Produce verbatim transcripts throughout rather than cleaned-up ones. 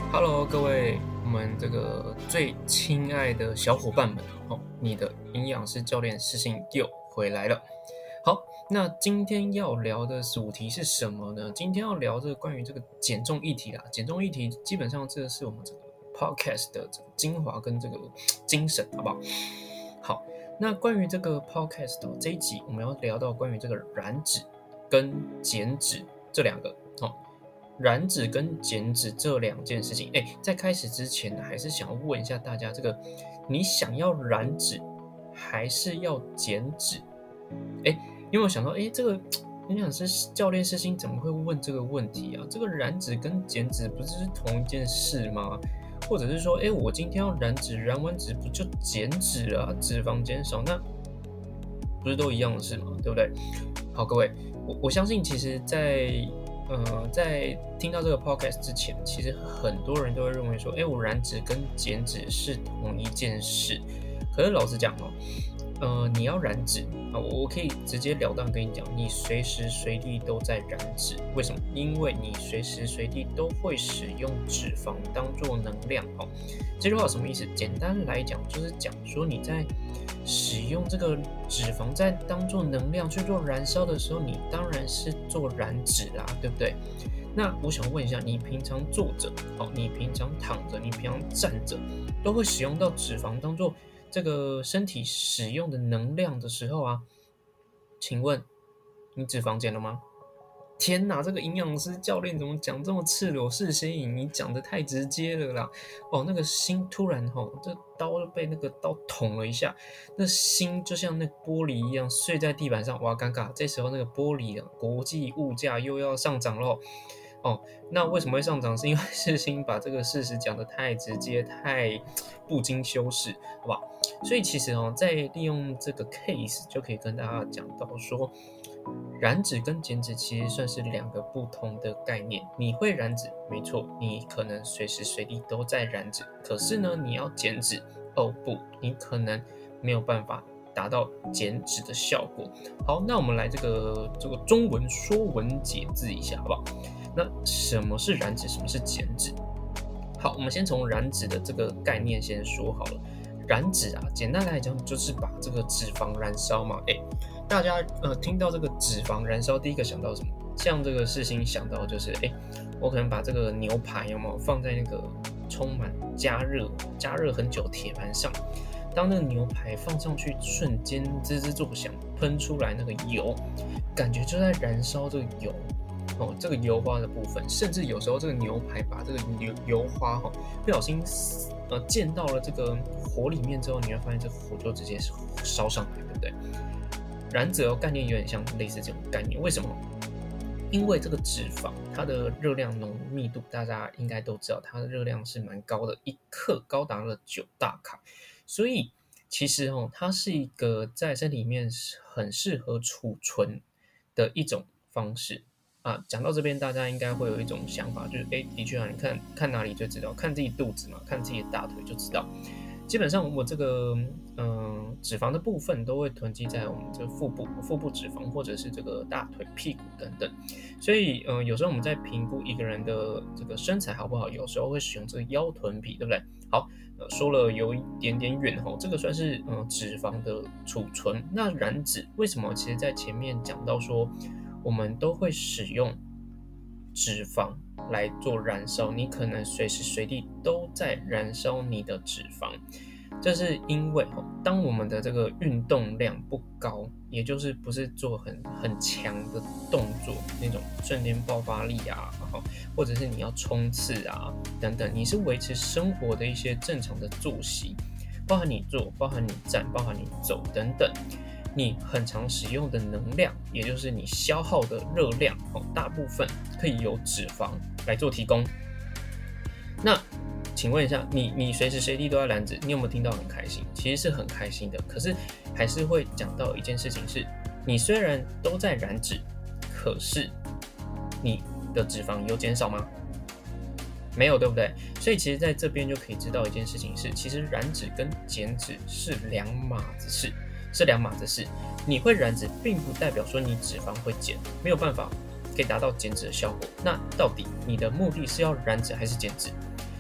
Hello，各位，我们这个最亲爱的小伙伴们，哦，你的营养师教练世信又回来了。好，那今天要聊的主题是什么呢？今天要聊这个关于这个减重议题啦。减重议题基本上这是我们这个 podcast 的这个精华跟这个精神，好不好？好，那关于这个 podcast 这一集，我们要聊到关于这个燃脂跟减脂这两个，哦。燃脂跟减脂这两件事情，哎，在开始之前呢，还是想要问一下大家，这个你想要燃脂还是要减脂？哎，你有没有想到，哎，这个营养师教练世新怎么会问这个问题啊？这个燃脂跟减脂不是同一件事吗？或者是说，哎，我今天要燃脂，燃完脂不就减脂了啊？脂肪减少，那不是都一样的事吗？对不对？好，各位，我我相信，其实在，在呃，在听到这个 podcast 之前，其实很多人都会认为说，哎，我燃脂跟减脂是同一件事。可是老实讲哦，呃，你要燃脂啊，我可以直截了当跟你讲，你随时随地都在燃脂。为什么？因为你随时随地都会使用脂肪当做能量。哦，这句话什么意思？简单来讲，就是讲说你在使用这个脂肪在当做能量去做燃烧的时候，你当然是做燃脂啦，对不对？那我想问一下，你平常坐着，哦，你平常躺着，你平常站着，都会使用到脂肪当做这个身体使用的能量的时候啊，请问你脂肪减了吗？天哪，这个营养师教练怎么讲这么赤裸是心颖？你讲的太直接了啦！哦，那个心突然吼、哦，这刀被那个刀捅了一下，那心就像那玻璃一样碎在地板上，哇，尴尬！这时候那个玻璃啊，国际物价又要上涨咯。哦，那为什么会上涨？是因为世新把这个事实讲得太直接，太不经修饰，好不好？所以其实哦，在利用这个 case 就可以跟大家讲到说，燃脂跟减脂其实算是两个不同的概念。你会燃脂，没错，你可能随时随地都在燃脂。可是呢，你要减脂，哦不，你可能没有办法达到减脂的效果。好，那我们来这个这个中文说文解字一下，好不好？那什么是燃脂，什么是减脂？好，我们先从燃脂的这个概念先说好了。燃脂啊，简单来讲就是把这个脂肪燃烧嘛。哎，大家呃听到这个脂肪燃烧，第一个想到什么？像这个世新想到就是，哎，我可能把这个牛排有没有放在那个充满加热、加热很久的铁盘上，当那个牛排放上去，瞬间滋滋作响，喷出来那个油，感觉就在燃烧这个油。哦，这个油花的部分，甚至有时候这个牛排把这个油油花哈、哦、不小心呃溅到了这个火里面之后，你会发现这个火就直接烧上来，对不对？燃脂概念有点像类似这种概念，为什么？因为这个脂肪它的热量浓密度，大家应该都知道，它的热量是蛮高的，一克高达了九大卡，所以其实哦，它是一个在身体里面很适合储存的一种方式。啊，讲到这边，大家应该会有一种想法，就是，哎，的确啊，你看看哪里就知道，看自己肚子嘛，看自己的大腿就知道。基本上，我这个嗯、呃、脂肪的部分都会囤积在我们这个腹部、腹部脂肪，或者是这个大腿、屁股等等。所以，呃，有时候我们在评估一个人的这个身材好不好，有时候会使用这个腰臀比，对不对？好，呃，说了有一点点远哈，这个算是嗯、呃、脂肪的储存。那燃脂为什么？其实在前面讲到说，我们都会使用脂肪来做燃烧，你可能随时随地都在燃烧你的脂肪，这是因为当我们的这个运动量不高，也就是不是做很很强的动作，那种瞬间爆发力啊，或者是你要冲刺啊等等，你是维持生活的一些正常的作息，包含你坐，包含你站，包含你走等等。你很常使用的能量，也就是你消耗的热量，大部分可以由脂肪来做提供。那请问一下，你你随时随地都在燃脂，你有没有听到很开心？其实是很开心的，可是还是会讲到一件事情是，你虽然都在燃脂，可是你的脂肪有减少吗？没有，对不对？所以其实在这边就可以知道一件事情是，其实燃脂跟减脂是两码子事。是两码子事，你会燃脂，并不代表说你脂肪会减，没有办法可以达到减脂的效果。那到底你的目的是要燃脂还是减脂？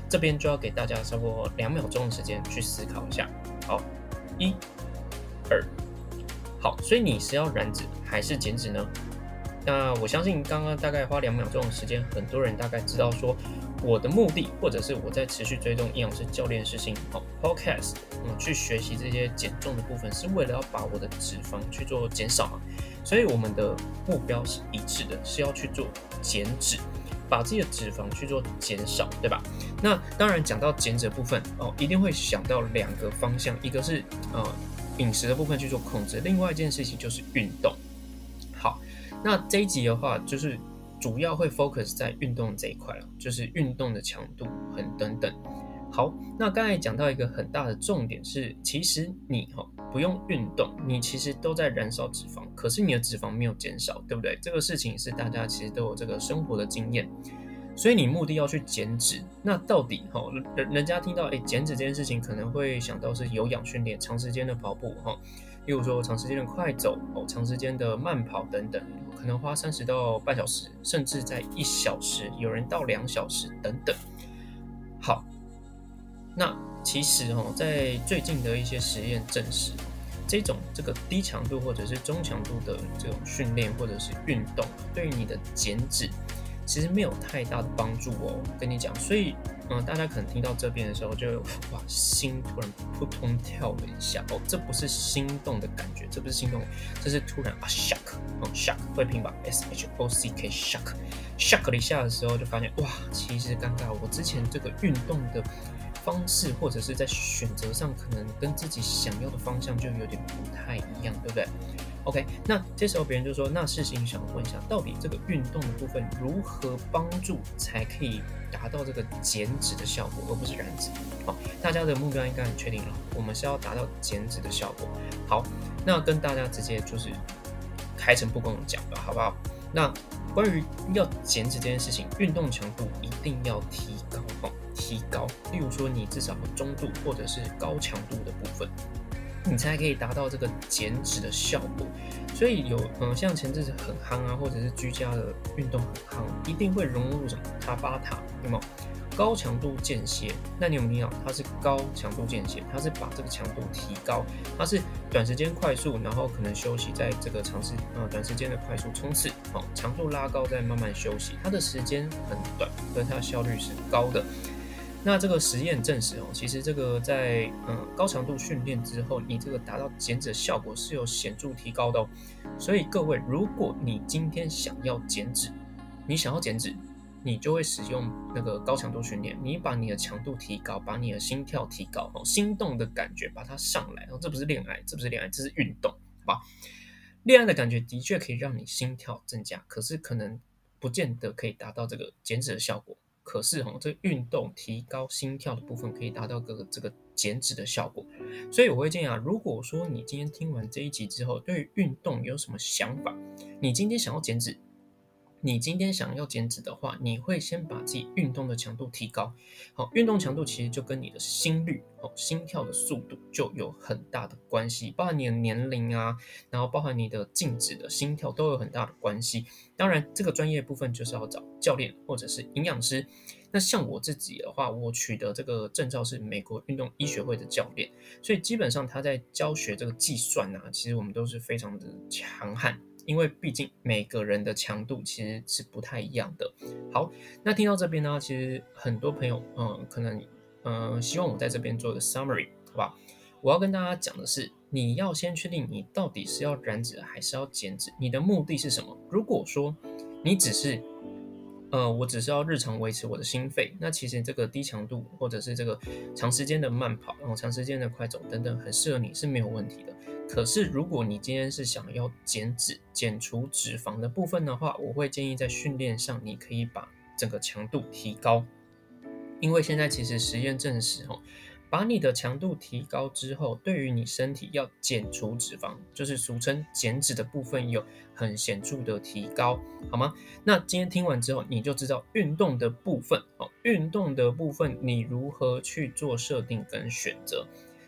这边就要给大家差不多两秒钟的时间去思考一下。好，一、二，好，所以你是要燃脂还是减脂呢？那我相信刚刚大概花两秒钟的时间，很多人大概知道说我的目的，或者是我在持续追踪营养师教练事情，好 podcast，嗯，去学习这些减重的部分，是为了要把我的脂肪去做减少嘛。所以我们的目标是一致的，是要去做减脂，把自己的脂肪去做减少，对吧？那当然讲到减脂的部分哦，一定会想到两个方向，一个是呃饮食的部分去做控制，另外一件事情就是运动。好。那这一集的话，就是主要会 focus 在运动这一块了，就是运动的强度很等等。好，那刚才讲到一个很大的重点是，其实你哈不用运动，你其实都在燃烧脂肪，可是你的脂肪没有减少，对不对？这个事情是大家其实都有这个生活的经验，所以你目的要去减脂，那到底哈人人家听到哎减脂这件事情，可能会想到是有氧训练，长时间的跑步哈。例如说长时间的快走、哦、长时间的慢跑等等，可能花三十到半小时，甚至在一小时，有人到两小时等等。好，那其实、哦、在最近的一些实验证实，这种这个低强度或者是中强度的这种训练或者是运动，对于你的减脂其实没有太大的帮助哦。跟你讲，所以。嗯，大家可能听到这边的时候就，哇，心突然扑通跳了一下哦，这不是心动的感觉，这不是心动，这是突然啊 shock， 哦 shock 会拼吧 S H O C K shock shock 了一下的时候，就发现哇，其实尴尬，我之前这个运动的方式或者是在选择上，可能跟自己想要的方向就有点不太一样，对不对？OK， 那这时候别人就说，那世新想问一下，到底这个运动的部分如何帮助才可以达到这个减脂的效果，而不是燃脂？好，大家的目标应该很确定了，我们是要达到减脂的效果。好，那跟大家直接就是开诚布公的讲吧，好不好？那关于要减脂这件事情，运动强度一定要提高哦，提高。例如说，你至少有中度或者是高强度的部分。你才可以达到这个减脂的效果，所以有嗯、呃，像前阵子很夯啊，或者是居家的运动很夯，一定会融入什么塔巴塔，有没有？高强度间歇，那你有没有听到？它是高强度间歇，它是把这个强度提高，它是短时间快速，然后可能休息，在这个长时呃短时间的快速冲刺，好、哦，强度拉高，再慢慢休息，它的时间很短，所以它的效率是高的。那这个实验证实哦，其实这个在嗯高强度训练之后，你这个达到减脂效果是有显著提高的哦。所以各位，如果你今天想要减脂，你想要减脂，你就会使用那个高强度训练，你把你的强度提高，把你的心跳提高哦，心动的感觉把它上来哦，这不是恋爱，这不是恋爱，这是运动，好吧？恋爱的感觉的确可以让你心跳增加，可是可能不见得可以达到这个减脂的效果。可是哈，这运动提高心跳的部分可以达到个这个减脂的效果，所以我会建议啊，如果说你今天听完这一集之后，对于运动有什么想法，你今天想要减脂，你今天想要减脂的话，你会先把自己运动的强度提高。好，运动强度其实就跟你的心率、哦、心跳的速度就有很大的关系，包含你的年龄啊，然后包含你的静止的心跳都有很大的关系。当然，这个专业部分就是要找教练或者是营养师。那像我自己的话，我取得这个证照是美国运动医学会的教练，所以基本上他在教学这个计算啊，其实我们都是非常的强悍。因为毕竟每个人的强度其实是不太一样的。好，那听到这边呢，其实很多朋友，嗯，可能，嗯，希望我在这边做一个 summary， 好吧？我要跟大家讲的是，你要先确定你到底是要燃脂还是要减脂，你的目的是什么？如果说你只是，呃，我只是要日常维持我的心肺，那其实这个低强度或者是这个长时间的慢跑，然后长时间的快走等等，很适合你是没有问题的。可是，如果你今天是想要减脂、减除脂肪的部分的话，我会建议在训练上，你可以把整个强度提高，因为现在其实实验证实，哦，把你的强度提高之后，对于你身体要减除脂肪，就是俗称减脂的部分，有很显著的提高，好吗？那今天听完之后，你就知道运动的部分，哦，运动的部分你如何去做设定跟选择。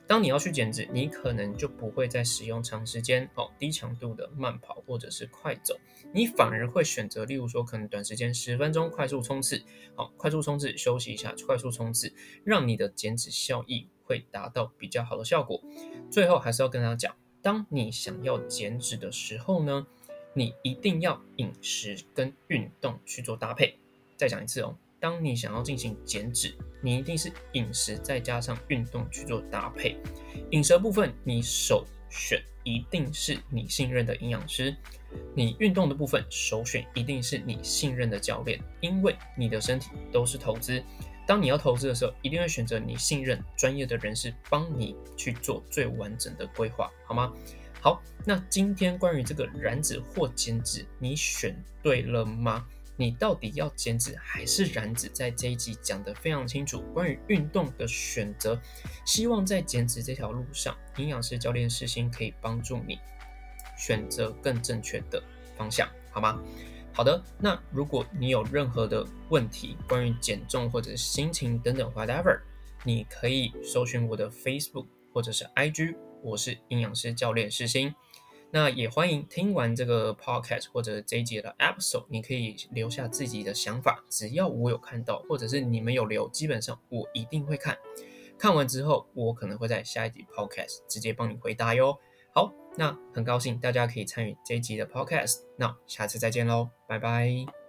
当你要去减脂，你可能就不会再使用长时间、哦、低强度的慢跑或者是快走，你反而会选择例如说可能短时间十分钟快速冲刺、哦、快速冲刺休息一下，快速冲刺，让你的减脂效益会达到比较好的效果。最后还是要跟大家讲，当你想要减脂的时候呢，你一定要饮食跟运动去做搭配。再讲一次哦，当你想要进行减脂，你一定是饮食再加上运动去做搭配。饮食的部分，你首选一定是你信任的营养师；你运动的部分，首选一定是你信任的教练，因为你的身体都是投资。当你要投资的时候，一定会选择你信任专业的人士帮你去做最完整的规划，好吗？好，那今天关于这个燃脂或减脂，你选对了吗？你到底要减脂还是燃脂？在这一集讲得非常清楚，关于运动的选择，希望在减脂这条路上，营养师教练世新可以帮助你选择更正确的方向，好吗？好的，那如果你有任何的问题，关于减重或者心情等等 whatever， 你可以搜寻我的 Facebook 或者是 I G， 我是营养师教练世新。那也欢迎听完这个 podcast 或者这一集的 episode， 你可以留下自己的想法，只要我有看到，或者是你们有留，基本上我一定会看。看完之后，我可能会在下一集 podcast 直接帮你回答哟。好，那很高兴大家可以参与这一集的 podcast， 那下次再见喽，拜拜。